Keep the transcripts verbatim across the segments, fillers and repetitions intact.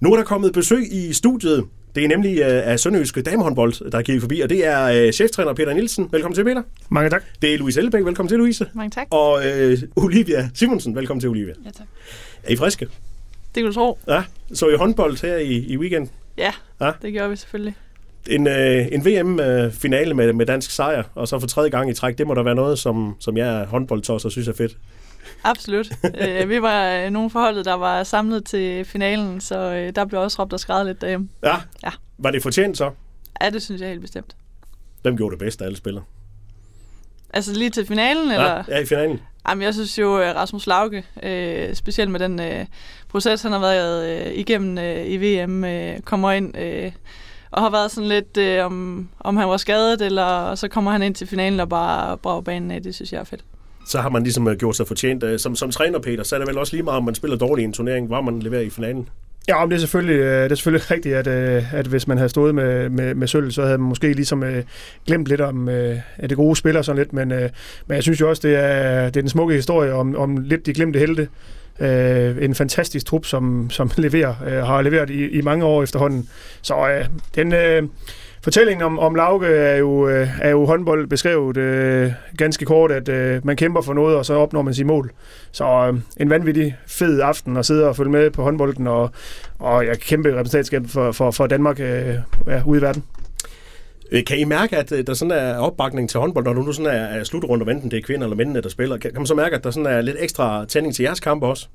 Nu er der kommet besøg i studiet. Det er nemlig uh, af Sønderjyske Damehåndbold, der er kigget forbi, og det er uh, cheftræner Peter Nielsen. Velkommen til, Peter. Mange tak. Det er Louise Ellebæk. Velkommen til, Louise. Mange tak. Og uh, Olivia Simonsen. Velkommen til, Olivia. Ja, tak. Er I friske? Det kan du tro. Ja. Så I håndbold her i, i weekend? Ja, ja, det gjorde vi selvfølgelig. En, uh, en V M-finale med, med dansk sejr, og så for tredje gang i træk, det må der være noget, som, som jeg er håndboldtosser synes er fedt. Absolut. øh, vi var nogle forholdet, der var samlet til finalen, så øh, der blev også råbt og skrevet lidt derhjemme. Ja. ja. Var det fortjent så? Ja, det synes jeg helt bestemt. Hvem gjorde det bedst af alle spillere? Altså lige til finalen, ja, eller? Ja, i finalen. Jamen, jeg synes jo, Rasmus Lauke, øh, specielt med den øh, proces, han har været øh, igennem øh, i V M, øh, kommer ind øh, og har været sådan lidt, øh, om, om han var skadet, eller og så kommer han ind til finalen og bare brager banen af. Det synes jeg er fedt. Så har man ligesom gjort sig fortjent. Som, som træner, Peter, så er det vel også lige meget, om man spiller dårligt i en turnering, hvor man leverer i finalen? Ja, men det er selvfølgelig, det er selvfølgelig rigtigt, at, at hvis man havde stået med, med, med sølv, så havde man måske ligesom glemt lidt om at det gode spiller sådan lidt, men, men jeg synes jo også, det er, det er den smukke historie om, om lidt de glemte helte. En fantastisk trup, som, som leverer, har leveret i, i mange år efterhånden. Så den... Fortællingen om, om Lauke er jo, er jo håndbold beskrevet øh, ganske kort, at øh, man kæmper for noget, og så opnår man sit mål. Så øh, en vanvittig fed aften at sidde og følge med på håndbolden, og, og jeg kæmpe repræsentantskab for, for, for Danmark øh, ja, ude i verden. Kan I mærke, at der sådan er opbakning til håndbold, når du nu sådan er slutrunde, enten det er kvinder eller mændene, der spiller? Kan man så mærke, at der sådan er lidt ekstra tænding til jeres kampe også?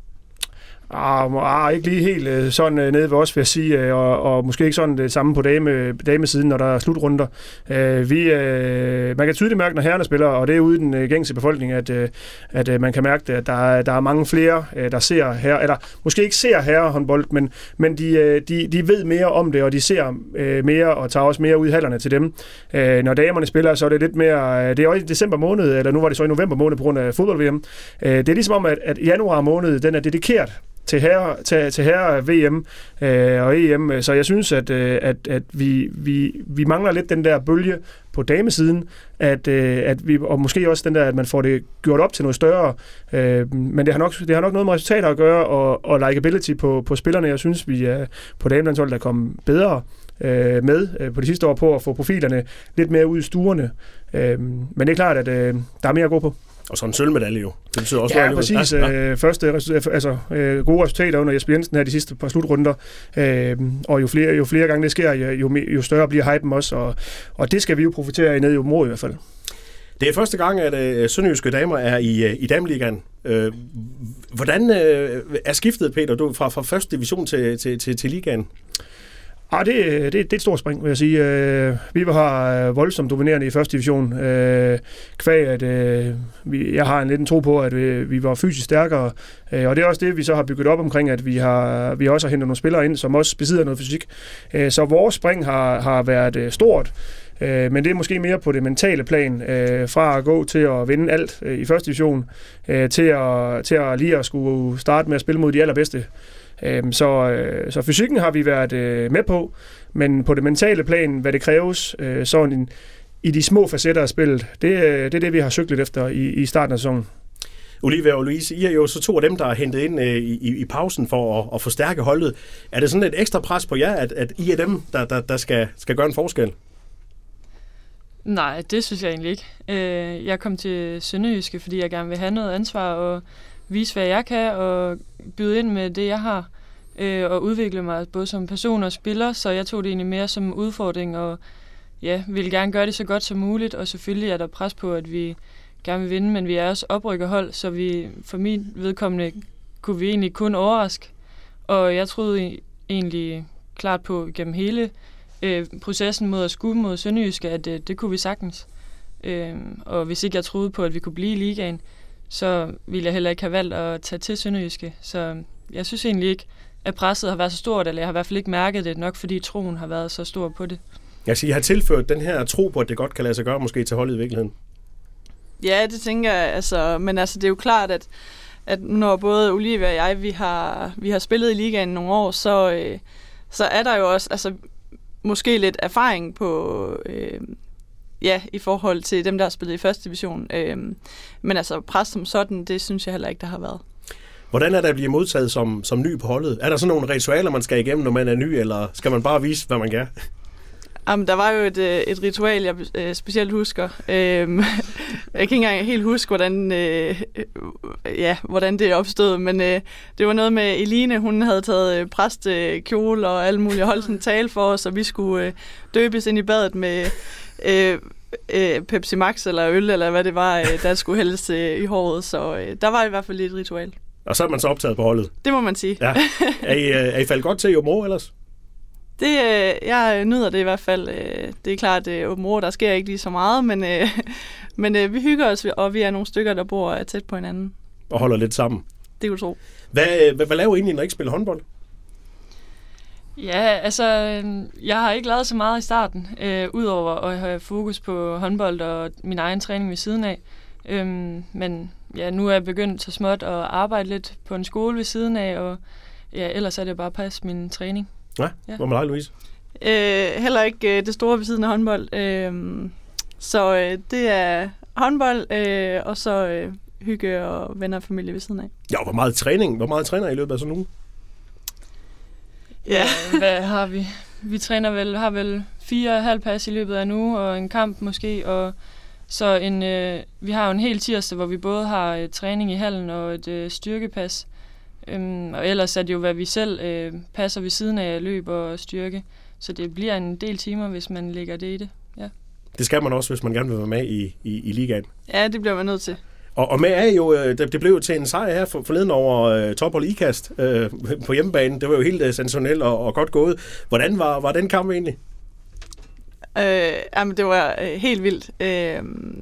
Ah, ah, ikke lige helt sådan nede ved os, vil jeg sige, og, og måske ikke sådan det samme på dame, damesiden, når der er slutrunder. Uh, vi, uh, man kan tydeligt mærke, når herrerne spiller, og det er ude i den uh, gængse befolkning, at, uh, at uh, man kan mærke, at der er, der er mange flere, uh, der ser her, eller måske ikke ser herrehåndbold, men, men de, uh, de, de ved mere om det, og de ser uh, mere, og tager også mere ud i hallerne til dem. Uh, når damerne spiller, så er det lidt mere, uh, det er også i december måned, eller nu var det så i november måned på grund af fodbold-V M. Uh, det er ligesom om, at, at januar måned, den er dedikeret til herre, til, til herre V M øh, og E M, så jeg synes, at, øh, at, at vi, vi, vi mangler lidt den der bølge på damesiden, at, øh, at vi, og måske også den der, at man får det gjort op til noget større, øh, men det har, nok, det har nok noget med resultater at gøre, og, og likability på, på spillerne. Jeg synes, vi er på damelandsholdet er kommet bedre øh, med øh, på de sidste år på at få profilerne lidt mere ud i stuerne, øh, men det er klart, at øh, der er mere at gå på. Og så en sølvmedalje jo. Det betyder også, ja, præcis. Ja, ja. Første altså, øh, gode resultater under Jesper Jensen her de sidste par slutrunder. Øh, og jo flere, jo flere gange det sker, jo, jo større bliver hypen også. Og, og det skal vi jo profitere af ned i Åbenrå i hvert fald. Det er første gang, at øh, Sønderjyske damer er i, øh, i Dameligaen. Øh, hvordan øh, er skiftet, Peter, du, fra, fra første division til, til, til, til ligaen? Ah, det, det, det er et stort spring, vil jeg sige. Øh, vi var voldsomt dominerende i første division. Øh, kvæg, at øh, vi, jeg har en lidt en tro på, at vi, vi var fysisk stærkere. Øh, og det er også det, vi så har bygget op omkring, at vi har, vi også har hentet nogle spillere ind, som også besidder noget fysik. Øh, så vores spring har, har været øh, stort. Øh, men det er måske mere på det mentale plan, øh, fra at gå til at vinde alt øh, i første division, øh, til, at, til at lige at skulle starte med at spille mod de allerbedste. Så, så fysikken har vi været med på, men på det mentale plan, hvad det kræves, sådan en, i de små facetter af spillet, det, det er det, vi har søgt lidt efter i, i starten af sæsonen. Olivia og Louise, I er jo så to af dem, der er hentet ind i, i, i pausen for at, at forstærke holdet. Er det sådan et ekstra pres på jer, at, at I er dem, der, der, der skal, skal gøre en forskel? Nej, det synes jeg egentlig ikke. Jeg kom til Sønderjyske, fordi jeg gerne vil have noget ansvar og vise, hvad jeg kan, og byde ind med det, jeg har, øh, og udvikle mig både som person og spiller, så jeg tog det egentlig mere som udfordring, og ja, ville gerne gøre det så godt som muligt, og selvfølgelig er der pres på, at vi gerne vil vinde, men vi er også oprykkerhold, så vi, for min vedkommende kunne vi egentlig kun overraske, og jeg troede egentlig klart på gennem hele øh, processen mod at skubbe mod Sønderjyske, at øh, det kunne vi sagtens, øh, og hvis ikke jeg troede på, at vi kunne blive i ligaen, så ville jeg heller ikke have valgt at tage til Sønderjyske. Så jeg synes egentlig ikke, at presset har været så stort, eller jeg har i hvert fald ikke mærket det nok, fordi troen har været så stor på det. Jeg siger, I har tilført den her tro på, at det godt kan lade sig gøre, måske til holdet i virkeligheden. Ja, det tænker jeg, altså, men altså, det er jo klart, at, at når både Olivia og jeg, vi har, vi har spillet i ligaen nogle år, så, øh, så er der jo også altså, måske lidt erfaring på... Øh, Ja, i forhold til dem, der har spillet i første division. Øhm, men altså pres som sådan, det synes jeg heller ikke, der har været. Hvordan er det at blive modtaget som, som ny på holdet? Er der sådan nogle ritualer, man skal igennem, når man er ny, eller skal man bare vise, hvad man kan? Jamen, der var jo et, et ritual, jeg øh, specielt husker. Øhm, jeg kan ikke engang helt huske, hvordan, øh, ja, hvordan det opstod, men øh, det var noget med Eline. Hun havde taget øh, præstekjole og alle mulige, holdt en tale for os, og vi skulle øh, døbes ind i badet med øh, øh, Pepsi Max eller øl, eller hvad det var, øh, der skulle hældes øh, i håret. Så øh, der var i hvert fald et ritual. Og så er man så optaget på holdet? Det må man sige. Ja. Er I, er I faldet godt til i Åben Rå ellers? Det, øh, jeg nyder det i hvert fald. Øh, det er klart, at øh, Åben Rå, der sker ikke lige så meget, men, øh, men øh, vi hygger os, og vi er nogle stykker, der bor tæt på hinanden. Og holder lidt sammen. Det kan du tro. Hvad, hvad, hvad laver I egentlig, når I ikke spiller håndbold? Ja, altså, jeg har ikke lavet så meget i starten, øh, udover at have fokus på håndbold og min egen træning ved siden af. Øhm, men ja, nu er jeg begyndt så småt at arbejde lidt på en skole ved siden af, og ja, ellers er det bare at passe min træning. Ja, ja. Hvad med dig, Louise? Øh, heller ikke øh, det store ved siden af håndbold. Øh, så øh, det er håndbold, øh, og så øh, hygge og venner og familie ved siden af. Ja, hvor meget træning? Hvor meget træner I i løbet af sådan en uge? Ja, hvad har vi? Vi træner vel, har vel fire og halv pas i løbet af en uge, og en kamp måske, og så en, øh, vi har jo en hel tirsdag, hvor vi både har øh, træning i hallen og et øh, styrkepas. Øhm, og ellers er det jo, hvad vi selv øh, passer ved siden af løb og styrke. Så det bliver en del timer, hvis man lægger det i det. Ja. Det skal man også, hvis man gerne vil være med i, i, i ligaen. Ja, det bliver man nødt til. Og, og med er jo, det, det blev jo til en sejr her for, forleden over uh, Tophold Ikast uh, på hjemmebane. Det var jo helt uh, sensationelt og, og godt gået. Hvordan var, var den kamp egentlig? Øh, jamen, det var øh, helt vildt. Øh,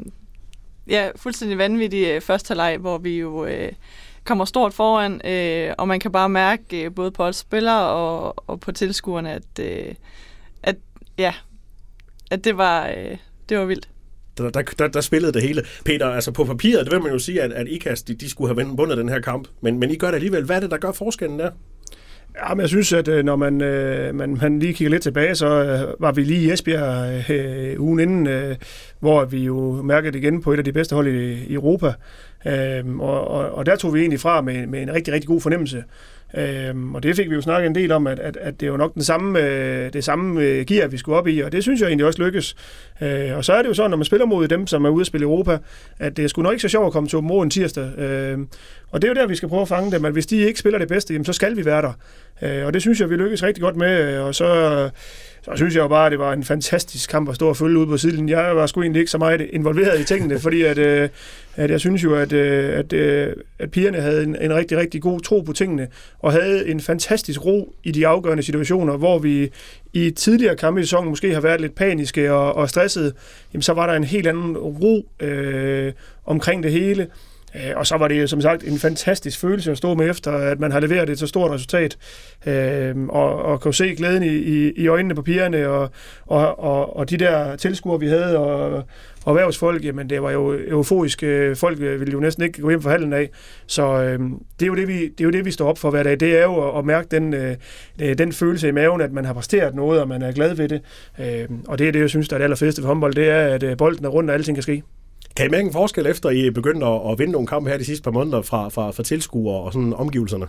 ja, fuldstændig vanvittig øh, første halvleg, hvor vi jo øh, kommer stort foran, øh, og man kan bare mærke øh, både på os spillere og, og på tilskuerne, at, øh, at, ja, at det var, øh, det var vildt. Der, der, der, der spillede det hele. Peter, altså på papiret, det vil man jo sige, at, at Ikast, de, de skulle have vundet den her kamp. Men, men I gør det alligevel. Hvad er det, der gør forskellen der? Ja, men jeg synes, at når man, man, man lige kigger lidt tilbage, så var vi lige i Esbjerg øh, ugen inden, øh, hvor vi jo mærkede det igen på et af de bedste hold i, i Europa. Øh, og, og, og der tog vi egentlig fra med, med en rigtig, rigtig god fornemmelse. Øhm, og det fik vi jo snakket en del om, at, at, at det er jo nok den samme, øh, det samme øh, gear, vi skulle op i, og det synes jeg egentlig også lykkes. Øh, og så er det jo sådan, når man spiller mod dem, som er ude at spille i Europa, at det er sgu nok ikke så sjovt at komme til Åben Rå en tirsdag. Øh, og det er jo der, vi skal prøve at fange dem, at hvis de ikke spiller det bedste, jamen, så skal vi være der. Øh, og det synes jeg, vi lykkes rigtig godt med, og så, så synes jeg jo bare, at det var en fantastisk kamp at stå og følge ude på siden. Jeg var sgu egentlig ikke så meget involveret i tingene, fordi at, øh, at jeg synes jo, at, øh, at, øh, at pigerne havde en, en rigtig, rigtig god tro på tingene, og havde en fantastisk ro i de afgørende situationer, hvor vi i tidligere kampe i sæsonen måske har været lidt paniske og, og stressede, jamen så var der en helt anden ro øh, omkring det hele. Og så var det som sagt en fantastisk følelse at stå med efter, at man har leveret et så stort resultat, øh, og, og kunne se glæden i, i, i øjnene på pigerne, og, og, og, og de der tilskuere, vi havde, og, og erhvervsfolk, jamen det var jo euforiske folk, ville jo næsten ikke gå hjem fra hallen af. Så øh, det, er jo det, vi, det er jo det, vi står op for hver dag. Det er jo at, at mærke den, øh, den følelse i maven, at man har præsteret noget, og man er glad ved det. Øh, og det er det, jeg synes, der er det allerfedeste ved håndbold, det er, at bolden er rundt, og alting kan ske. Kan I mærke en forskel efter, I begyndte at, at vinde nogle kampe her de sidste par måneder fra, fra, fra tilskuere og sådan omgivelserne?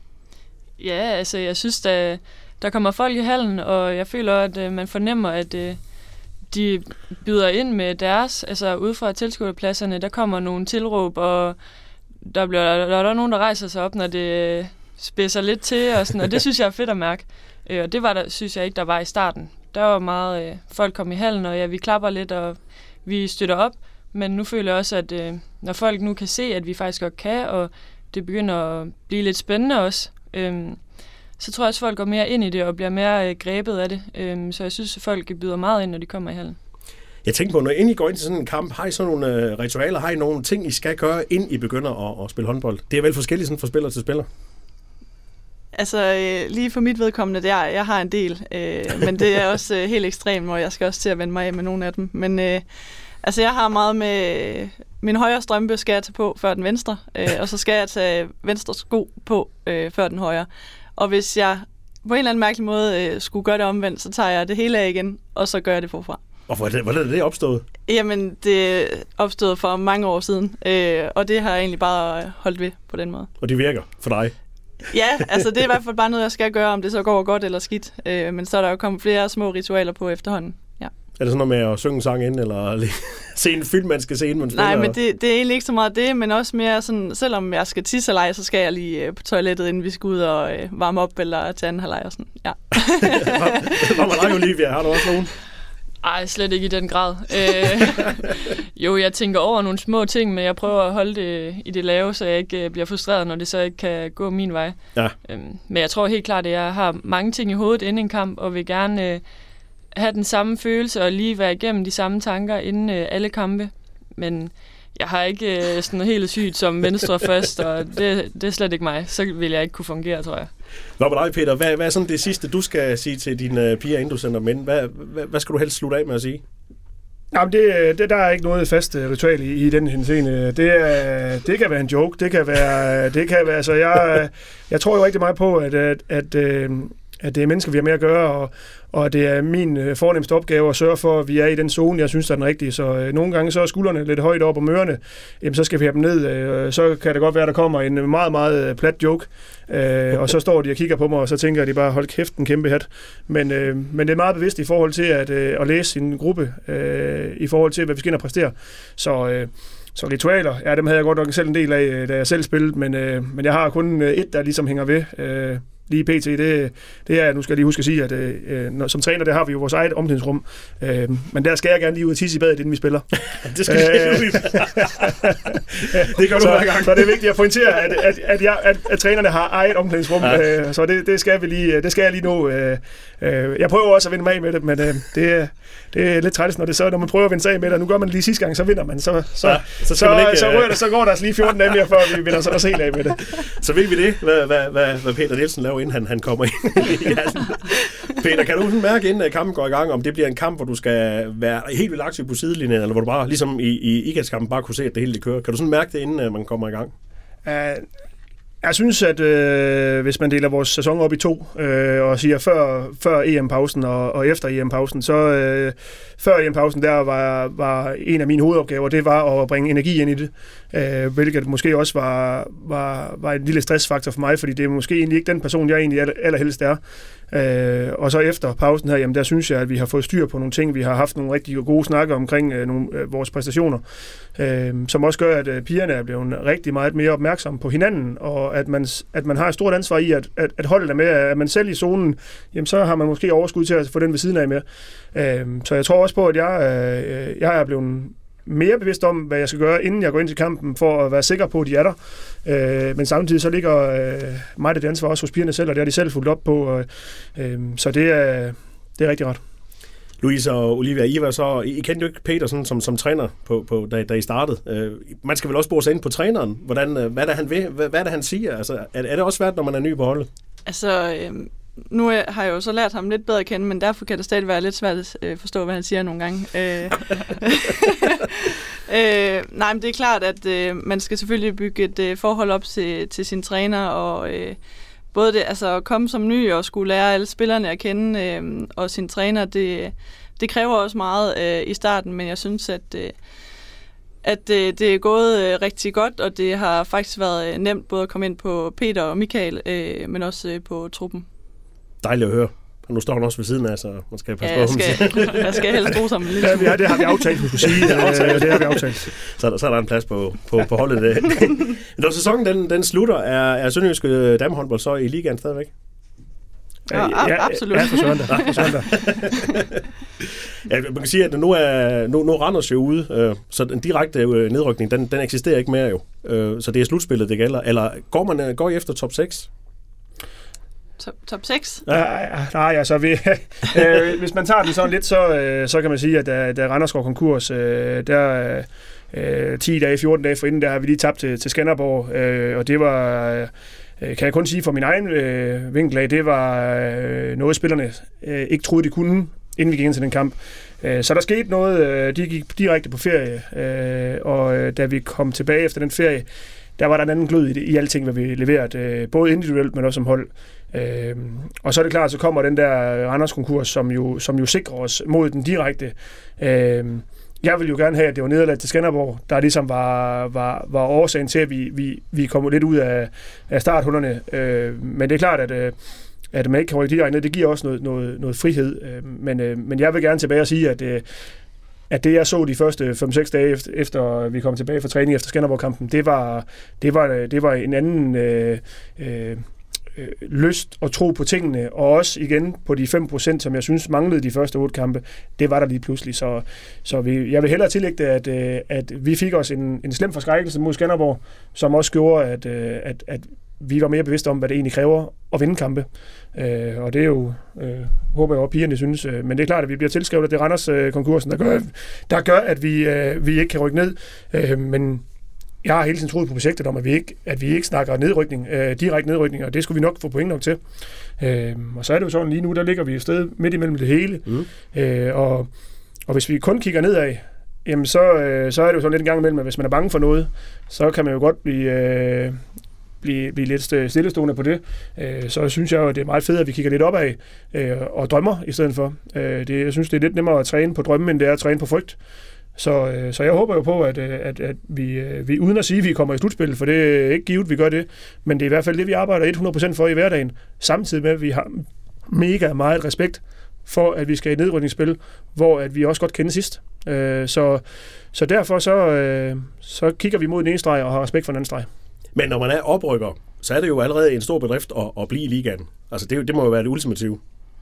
Ja, altså jeg synes, der, der kommer folk i hallen, og jeg føler, at uh, man fornemmer, at uh, de byder ind med deres, altså ude fra tilskuerpladserne, der kommer nogle tilråb, og der bliver der, der er nogen, der rejser sig op, når det uh, spidser lidt til, og, sådan, og det synes jeg er fedt at mærke. Uh, og det var der, synes jeg ikke, der var i starten. Der var meget, uh, folk kom i hallen, og ja, vi klapper lidt, og vi støtter op. Men nu føler jeg også, at øh, når folk nu kan se, at vi faktisk godt kan, og det begynder at blive lidt spændende også, øh, så tror jeg også, at folk går mere ind i det og bliver mere øh, grebet af det. Øh, så jeg synes, at folk byder meget ind, når de kommer i hallen. Jeg tænker på, når I går ind til sådan en kamp, har I sådan nogle øh, ritualer, har I nogle ting, I skal gøre, inden I begynder at, at spille håndbold? Det er vel forskelligt sådan fra spiller til spiller? Altså, øh, lige for mit vedkommende, der, jeg har en del, øh, men det er også øh, helt ekstremt, og jeg skal også til at vende mig af med nogle af dem. Men øh, altså, jeg har meget med min højre strømpe skal jeg tage på før den venstre, øh, og så skal jeg tage venstre sko på øh, før den højre. Og hvis jeg på en eller anden mærkelig måde øh, skulle gøre det omvendt, så tager jeg det hele af igen, og så gør jeg det forfra. Og hvordan er det opstået? Jamen, det opstod for mange år siden, øh, og det har jeg egentlig bare holdt ved på den måde. Og det virker for dig? Ja, altså det er i hvert fald bare noget, jeg skal gøre, om det så går godt eller skidt. Øh, men så er der jo kommet flere små ritualer på efterhånden. Ja. Er det sådan noget med at synge en sang ind, eller se en film, man skal se, inden man spiller? Nej, men det, det er egentlig ikke så meget det, men også mere sådan, selvom jeg skal tisse eller ej, så skal jeg lige øh, på toilettet, inden vi skal ud og øh, varme op, eller tage anden halvleg og sådan. Ja. Hvad med dig, Olivia? Har du også nogen? Ej, slet ikke i den grad. Øh, jo, jeg tænker over nogle små ting, men jeg prøver at holde det i det lave, så jeg ikke bliver frustreret, når det så ikke kan gå min vej. Ja. Øhm, men jeg tror helt klart, at jeg har mange ting i hovedet inden en kamp, og vil gerne øh, have den samme følelse og lige være igennem de samme tanker inden øh, alle kampe. Men jeg har ikke øh, sådan noget helt sygt som venstre først, og det, det er slet ikke mig. Så vil jeg ikke kunne fungere, tror jeg. Hvad med dig, Peter? Hvad, hvad er sådan det sidste, du skal sige til dine piger, inden du sender dem ind? Hvad, hvad, hvad skal du helst slutte af med at sige? Jamen, det, det, der er ikke noget fast ritual i, i den henseende. Det, er, det kan være en joke. Det kan være... Det kan være altså, jeg, jeg tror jo rigtig meget på, at, at, at, at det er mennesker, vi har med at gøre, og, og det er min fornemmeste opgave at sørge for, at vi er i den zone, jeg synes, der er den rigtige. Så øh, nogle gange så er skuldrene lidt højt op, og mørerne, jamen, så skal vi have dem ned. Øh, så kan det godt være, at der kommer en meget, meget plat joke, øh, og så står de og kigger på mig, og så tænker de bare, hold kæft, en kæmpe hat. Men, øh, men det er meget bevidst i forhold til at, øh, at læse sin gruppe, øh, i forhold til, hvad vi skal ind og præstere. Så... Øh, Så ritualer, ja, dem havde jeg godt nok selv en del af, da jeg selv spillede, men, øh, men jeg har kun et, der ligesom hænger ved. Øh, lige pt. Det, det er, nu skal jeg lige huske at sige, at øh, når, som træner, der har vi jo vores eget omklædningsrum, øh, men der skal jeg gerne lige ud og tisse i badet, inden vi spiller. Det skal øh, lige det gør du så, hver gang. Så det er vigtigt at pointere, at, at, at, jeg, at, at trænerne har eget omklædningsrum, ja. øh, så det, det, skal vi lige, det skal jeg lige nå. Øh, øh, jeg prøver også at vinde mig af med det, men øh, det, det er lidt træls, når det så, når man prøver at vinde sig af med det, nu gør man det lige sidste gang, så vinder man, så, så, ja, så, så, så, ikke, så, rører det, så går der altså lige fjorten dage mere, før vi vinder så også helt af med det. Så ved vi det, hvad, hvad, hvad, hvad Peter Nielsen laver, inden han, han kommer ind. Peter, kan du sådan mærke, inden kampen går i gang, om det bliver en kamp, hvor du skal være helt vildt aktiv på sidelinjen, eller hvor du bare, ligesom i, i I G A S-kampen, bare kunne se, at det hele det kører? Kan du sådan mærke det, inden man kommer i gang? Uh, jeg synes, at øh, hvis man deler vores sæson op i to, øh, og siger før, før E M-pausen og, og efter E M-pausen, så øh, før E M-pausen, der var, var en af mine hovedopgaver, det var at bringe energi ind i det, øh, hvilket måske også var, var, var en lille stressfaktor for mig, fordi det er måske egentlig ikke den person, jeg egentlig allerhelst er. Øh, og så efter pausen her, jamen der synes jeg, at vi har fået styr på nogle ting. Vi har haft nogle rigtig gode snakker omkring øh, nogle, øh, vores præstationer, øh, som også gør, at øh, pigerne er blevet rigtig meget mere opmærksomme på hinanden, og at man, at man har et stort ansvar i, at, at, at holdet er med, at man selv i zonen, jamen så har man måske overskud til at få den ved siden af med. Øh, så jeg tror også på, at jeg, øh, jeg er blevet mere bevidst om, hvad jeg skal gøre, inden jeg går ind til kampen, for at være sikker på, at de er der. Øh, men samtidig så ligger øh, mig det ansvar også hos pigerne selv, og det har de selv fulgt op på. Og, øh, så det er, det er rigtig ret. Louise og Olivia, I var så, I kendte jo ikke Peter sådan, som, som træner, på, på, da, da I startede. Øh, man skal vel også bruge sig ind på træneren. Hvordan, hvad er det, han vil? Hvad, hvad er det, han siger? Altså, er, er det også svært, når man er ny på holdet? Altså... Øh... Nu har jeg jo så lært ham lidt bedre at kende, men derfor kan det stadig være lidt svært at øh, forstå, hvad han siger nogle gange. Øh, øh, nej, men det er klart, at øh, man skal selvfølgelig bygge et øh, forhold op til, til sin træner, og øh, både det, altså at komme som ny og skulle lære alle spillerne at kende, øh, og sin træner, det, det kræver også meget øh, i starten, men jeg synes, at, øh, at øh, det er gået øh, rigtig godt, og det har faktisk været øh, nemt både at komme ind på Peter og Michael, øh, men også øh, på truppen. Dejligt at høre. Og nu står han også ved siden af, så man skal passe ja, på. Jeg skal, jeg skal helst bruge sammen lidt. Ja, ja, det har vi aftalt, du skulle sige. det, det, det har vi aftalt. Så, der, så er der en plads på, på, på holdet. Når sæsonen den, den slutter, er, er Sønderjyske damehåndbold så i ligaen stadigvæk? Ja, ja, absolut. Ja, for søndag. Ja, for søndag. Ja, man kan sige, at nu er nu, nu Randers jo ude, øh, så den direkte øh, nedrykning, den, den eksisterer ikke mere jo. Øh, så det er slutspillet, det gælder. Eller går man går I efter top seks? Top, top seks? Ja, nej, altså, vi, øh, hvis man tager den sådan lidt, så, øh, så kan man sige, at da, da Randers går konkurs, øh, der øh, ti dage, fjorten dage forinden, der har vi lige tabt til, til Skanderborg, øh, og det var, øh, kan jeg kun sige fra min egen øh, vinkel af, det var øh, noget, spillerne øh, ikke troede, de kunne, inden vi gik ind til den kamp. Øh, så der skete noget, øh, de gik direkte på ferie, øh, og øh, da vi kom tilbage efter den ferie, der var der en anden glød i, det, i alting, hvad vi leverede, øh, både individuelt, men også som hold. Øh, og så er det klart, så kommer den der Randers-konkurs, som jo, som jo sikrer os mod den direkte. Øh, jeg vil jo gerne have, at det var nederlaget til Skanderborg, der ligesom var, var, var årsagen til, at vi, vi, vi kom lidt ud af, af starthullerne. Øh, men det er klart, at, øh, at man ikke kan rykke direkte ned. Det giver også noget, noget, noget frihed. Øh, men, øh, men jeg vil gerne tilbage og sige, at, øh, at det, jeg så de første fem seks dage efter, efter vi kom tilbage fra træning efter Skanderborg-kampen, det var, det var, det var en anden øh, øh, lyst og tro på tingene, og også igen på de fem procent, som jeg synes manglede de første otte kampe, det var der lige pludselig. Så, så vi, jeg vil hellere tillægge det, at, at vi fik os en, en slem forskrækkelse mod Skanderborg, som også gjorde, at, at, at vi var mere bevidste om, hvad det egentlig kræver at vinde kampe. Øh, og det er jo, øh, håber jeg også, pigerne synes. Øh, men det er klart, at vi bliver tilskrevet, at det er Randers-konkursen, der gør, der gør at vi, øh, vi ikke kan rykke ned. Øh, men jeg har hele tiden troet på projektet om, at vi ikke, at vi ikke snakker nedrykning, øh, direkte nedrykning, og det skulle vi nok få point nok til. Øh, og så er det jo sådan, lige nu, der ligger vi et sted midt imellem det hele. Mm. Øh, og, og hvis vi kun kigger nedad, jamen så, øh, så er det jo sådan lidt en gang imellem, at hvis man er bange for noget, så kan man jo godt blive... Øh, Blive, blive lidt stillestående på det, øh, så synes jeg jo, at det er meget fedt, at vi kigger lidt opad øh, og drømmer i stedet for. Øh, det, jeg synes, det er lidt nemmere at træne på drømme, end det er at træne på frygt. Så, øh, så jeg håber jo på, at, at, at vi, vi, uden at sige, at vi kommer i slutspil, for det er ikke givet, vi gør det, men det er i hvert fald det, vi arbejder hundrede procent for i hverdagen, samtidig med, at vi har mega meget respekt for, at vi skal i nedrykningsspil, hvor at vi også godt kender sidst. Øh, så, så derfor så, øh, så kigger vi mod den ene streg og har respekt for den anden streg. Men når man er oprykker, så er det jo allerede en stor bedrift at, at blive i ligaen. Altså det, det må jo være det ultimative.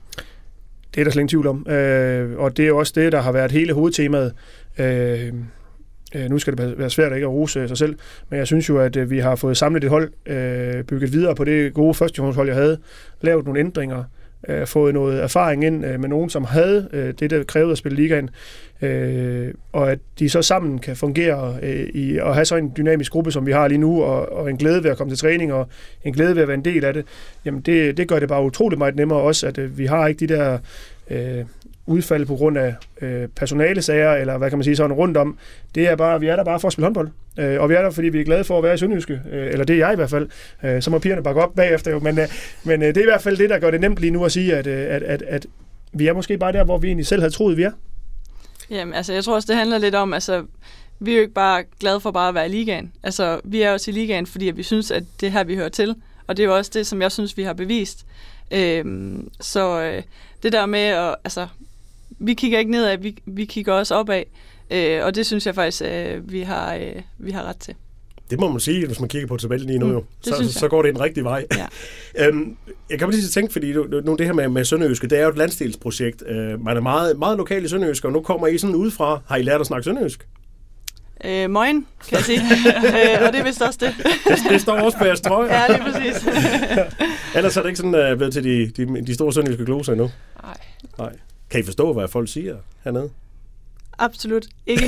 Det er der slet ingen tvivl om. Øh, og det er også det, der har været hele hovedtemaet. Øh, øh, nu skal det være svært at ikke at rose sig selv, men jeg synes jo, at øh, vi har fået samlet et hold, øh, bygget videre på det gode førstehåndshold, jeg havde, lavet nogle ændringer, øh, fået noget erfaring ind øh, med nogen, som havde øh, det, der krævede at spille ligaen, øh, og at de så sammen kan fungere øh, i at have så en dynamisk gruppe, som vi har lige nu, og, og en glæde ved at komme til træning, og en glæde ved at være en del af det, jamen det, det gør det bare utroligt meget nemmere også, at øh, vi har ikke de der øh, udfald på grund af øh, personalesager, eller hvad kan man sige sådan rundt om. Det er bare, vi er der bare for at spille håndbold. Øh, og vi er der, fordi vi er glade for at være i Sønderjyske. Øh, eller det er jeg i hvert fald. Øh, så må pigerne bakke op bagefter jo. Men, øh, men øh, det er i hvert fald det, der gør det nemt lige nu at sige, at, øh, at, at, at vi er måske bare der, hvor vi egentlig selv havde troet, vi er. Jamen, altså, jeg tror også, det handler lidt om, altså, vi er jo ikke bare glade for bare at være i ligaen. Altså, vi er også i ligaen, fordi vi synes, at det her, vi hører til. Og det er jo også det, som jeg synes, vi har bevist. Øh, så øh, det der med at, altså, vi kigger ikke nedad, vi, vi kigger også opad, øh, og det synes jeg faktisk, øh, vi, har, øh, vi har ret til. Det må man sige, hvis man kigger på tabellen lige nu, jo. Mm, så, så går det en rigtig vej. Ja. øhm, jeg kan bare lige tænke, fordi nu, nu det her med, med Sønderjyske, det er jo et landsdelsprojekt. Øh, man er meget, meget lokal i Sønderjyske, og nu kommer I sådan udefra. Har I lært at snakke sønderjysk? Øh, Moin, kan jeg sige. øh, og det er vist også det. det. Det står også på jeres trøje. Ja, lige præcis. Ellers er det ikke sådan uh, blevet til de, de, de store sønderjyske gloser endnu? Nej. Nej. Kan I forstå, hvad folk siger hernede? Absolut ikke.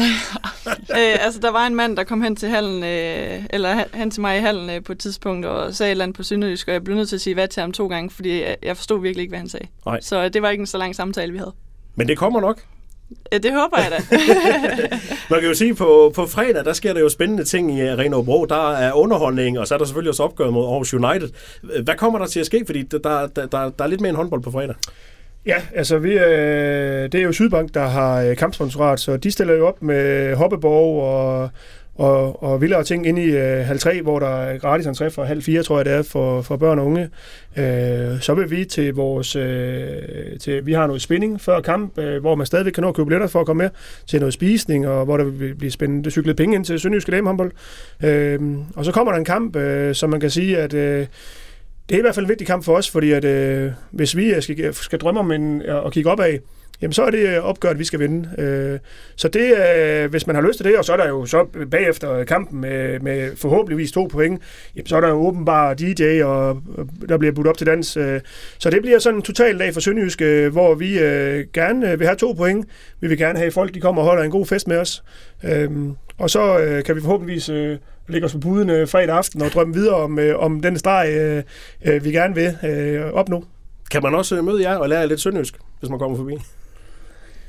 øh, altså, der var en mand, der kom hen til hallen, øh, eller hen til mig i hallen øh, på et tidspunkt, og sagde et eller andet på sønderjysk, og jeg blev nødt til at sige hvad til ham to gange, fordi jeg, jeg forstod virkelig ikke, hvad han sagde. Nej. Så det var ikke en så lang samtale, vi havde. Men det kommer nok. Ja, det håber jeg da. Man kan jo sige, på, på fredag, der sker der jo spændende ting i Arena Hobro. Der er underholdning, og så er der selvfølgelig også opgør mod Aarhus United. Hvad kommer der til at ske? Fordi der, der, der, der er lidt mere en håndbold på fredag. Ja, altså vi, øh, det er jo Sydbank, der har øh, kampsponsorat, så de stiller jo op med hoppeborg og, og, og vildere ting inde i øh, halv tre, hvor der er gratis entré fra halv fire, tror jeg det er, for, for børn og unge. Øh, så vil vi til vores, øh, til, vi har noget spinning før kamp, øh, hvor man stadigvæk kan nå at købe billetter for at komme med, til noget spisning, og hvor der vil blive spændende cyklet penge ind til Sønderjyske damehåndbold. Øh, og så kommer der en kamp, øh, som man kan sige, at øh, det er i hvert fald en vigtig kamp for os, fordi at, øh, hvis vi skal, skal drømme om en, at kigge opad, jamen så er det opgør, at vi skal vinde. Øh, så det, øh, hvis man har lyst til det, og så er der jo så bagefter kampen med, med forhåbentligvis to point, jamen så er der jo åbenbart D J, og der bliver budt op til dans. Øh, så det bliver sådan en total dag for Sønderjysk, øh, hvor vi øh, gerne vil have to point. Vi vil gerne have folk, de kommer og holder en god fest med os. Øh, og så øh, kan vi forhåbentligvis øh, lægge os på puden øh, fredag aften og drømme videre om, øh, om den streg, øh, øh, vi gerne vil øh, opnå. Kan man også møde jer og lære lidt sønderjysk, hvis man kommer forbi?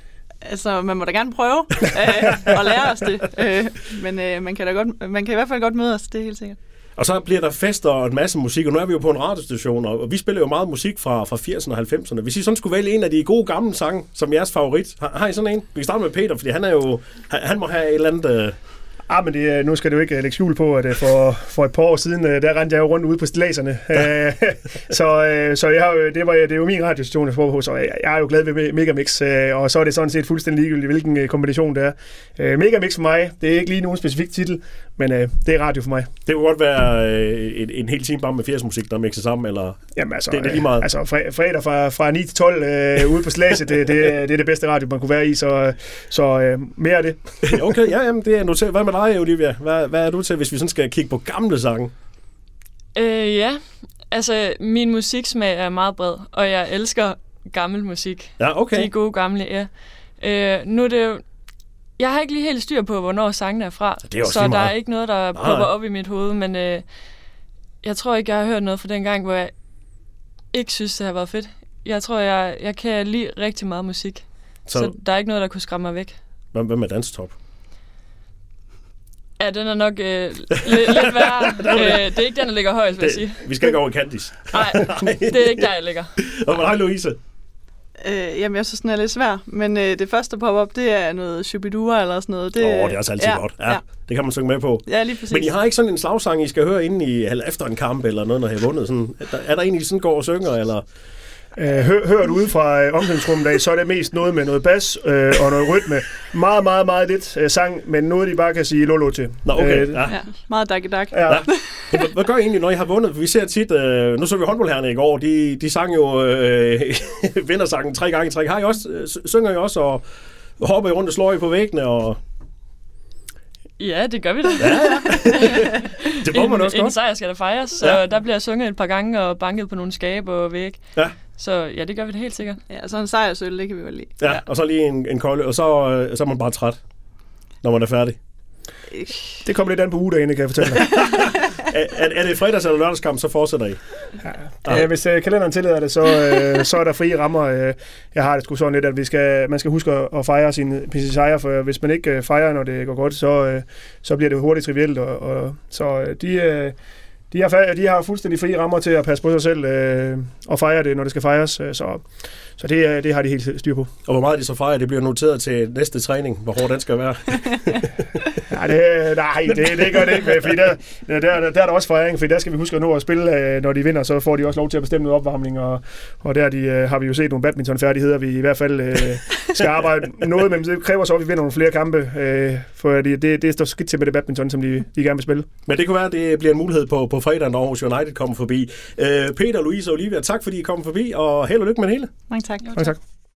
Altså, man må da gerne prøve øh, at lære os det. Øh, men øh, man, kan da godt, man kan i hvert fald godt møde os, det er helt sikkert. Og så bliver der fester og en masse musik, og nu er vi jo på en radiostation, og vi spiller jo meget musik fra, fra firserne og halvfemserne. Hvis I sådan skulle vælge en af de gode gamle sange, som jeres favorit, har, har I sådan en? Vi kan starte med Peter, fordi han er jo, han, han må have et eller andet... Øh... Ah, men det, nu skal det jo ikke lægge skjul på, at for, for et par år siden, der rendte jeg jo rundt ude på stilladserne. Ja. så så jeg har, det, var, det er jo min radiostation, jeg får på, så jeg, jeg er jo glad ved Megamix, og så er det sådan set fuldstændig ligegyldigt, hvilken kombination det er. Megamix for mig, det er ikke lige nogen specifik titel, men det er radio for mig. Det kunne godt være en, en hel time bare med firs musik, der mixer sammen, eller Jamen, altså, det, det er lige meget? Altså fredag fra, fra ni til tolv øh, ude på stilladset, det, det, det er det bedste radio, man kunne være i, så, så øh, mere af det. Okay, ja, jamen, det er noteret. Hvad med dig, Olivia? Hvad, hvad er du til, hvis vi sådan skal kigge på gamle sange? Øh, ja, altså min musiksmag er meget bred, og jeg elsker gammel musik. Ja, okay. De gode gamle, ja. Øh, nu er det jo... Jeg har ikke lige helt styr på, hvornår sangene er fra, er så der er ikke noget, der popper op i mit hoved, men øh, jeg tror ikke, jeg har hørt noget fra den gang, hvor jeg ikke synes, det har været fedt. Jeg tror, jeg, jeg kan lide rigtig meget musik, så, så der er ikke noget, der kunne skræmme mig væk. Hvad med Danstop? Ja, den er nok øh, lidt, lidt værre. øh, det er ikke den, der ligger højst, vil jeg sige. Vi skal ikke over i Candice. Nej, det er ikke der, jeg ligger. Og hvad er Louise? Øh, jamen, jeg synes, den er lidt svær. Men øh, det første pop-up, det er noget Shubidua eller sådan noget. Åh, oh, det er også altid ja, godt. Ja, ja. Det kan man synge med på. Ja, lige præcis. Men I har ikke sådan en slagsang, I skal høre inden i, eller efter en kamp eller noget, når I har vundet? Sådan, er, der, er der en, I sådan går og synger, eller... Øh, hør, hørt ude fra øh, omklædningsrummet, så er det mest noget med noget bas øh, og noget rytme. Meget, meget, meget lidt øh, sang, men noget, de bare kan sige lolo til. Nå, okay. Øh, ja. Ja, meget dak-dak. Ja. Ja. Hvad, hvad gør I egentlig, når I har vundet? Vi ser tit, øh, nu så vi håndboldherrerne i går, de, de sang jo øh, vindersangen tre gange i træk. Har I også, øh, synger I også, og hopper I rundt og slår I på væggene, og... Ja, det gør vi da. Ja, ja. Det må man også en, godt. En sejr skal der fejres, så ja. Der bliver sunget et par gange og banket på nogle skabe og væg. Ja. Så ja, det gør vi da helt sikkert. Ja, så en sejrsøl, det kan vi jo lide. Ja, ja. Og så lige en, en kolde, og så, øh, så er man bare træt, når man er færdig. Det kommer lidt an på ugedagene, kan jeg fortælle dig. er, er, er det fredags- eller lørdagskamp, så fortsætter I? Ja. Ja, hvis uh, kalenderen tillader det, så, uh, så er der frie rammer. Uh, jeg har det sgu sådan lidt, at vi skal, man skal huske at fejre sin, sin sejre, for hvis man ikke uh, fejrer, når det går godt, så, uh, så bliver det hurtigt trivielt. Og, og, så uh, de, uh, de, har, de har fuldstændig frie rammer til at passe på sig selv uh, og fejre det, når det skal fejres. Uh, så så det, uh, det har de helt styr på. Og hvor meget de så fejrer, det bliver noteret til næste træning, hvor hård den skal være. Nej, det, nej det, det gør det ikke, fordi der, der, der, der er der også fejring, fordi der skal vi huske at nå at spille, når de vinder, så får de også lov til at bestemme noget opvarmning, og, og der de, har vi jo set nogle badmintonfærdigheder, vi i hvert fald øh, skal arbejde noget med, men det kræver så, at vi vinder nogle flere kampe, øh, for det, det, det står skidt til med det badminton, som de, de gerne vil spille. Men det kunne være, at det bliver en mulighed på, på fredag, når Aarhus United kommer forbi. Øh, Peter, Louise og Olivia, tak fordi I kom forbi, og held og lykke med det hele. Mange tak. Mange tak.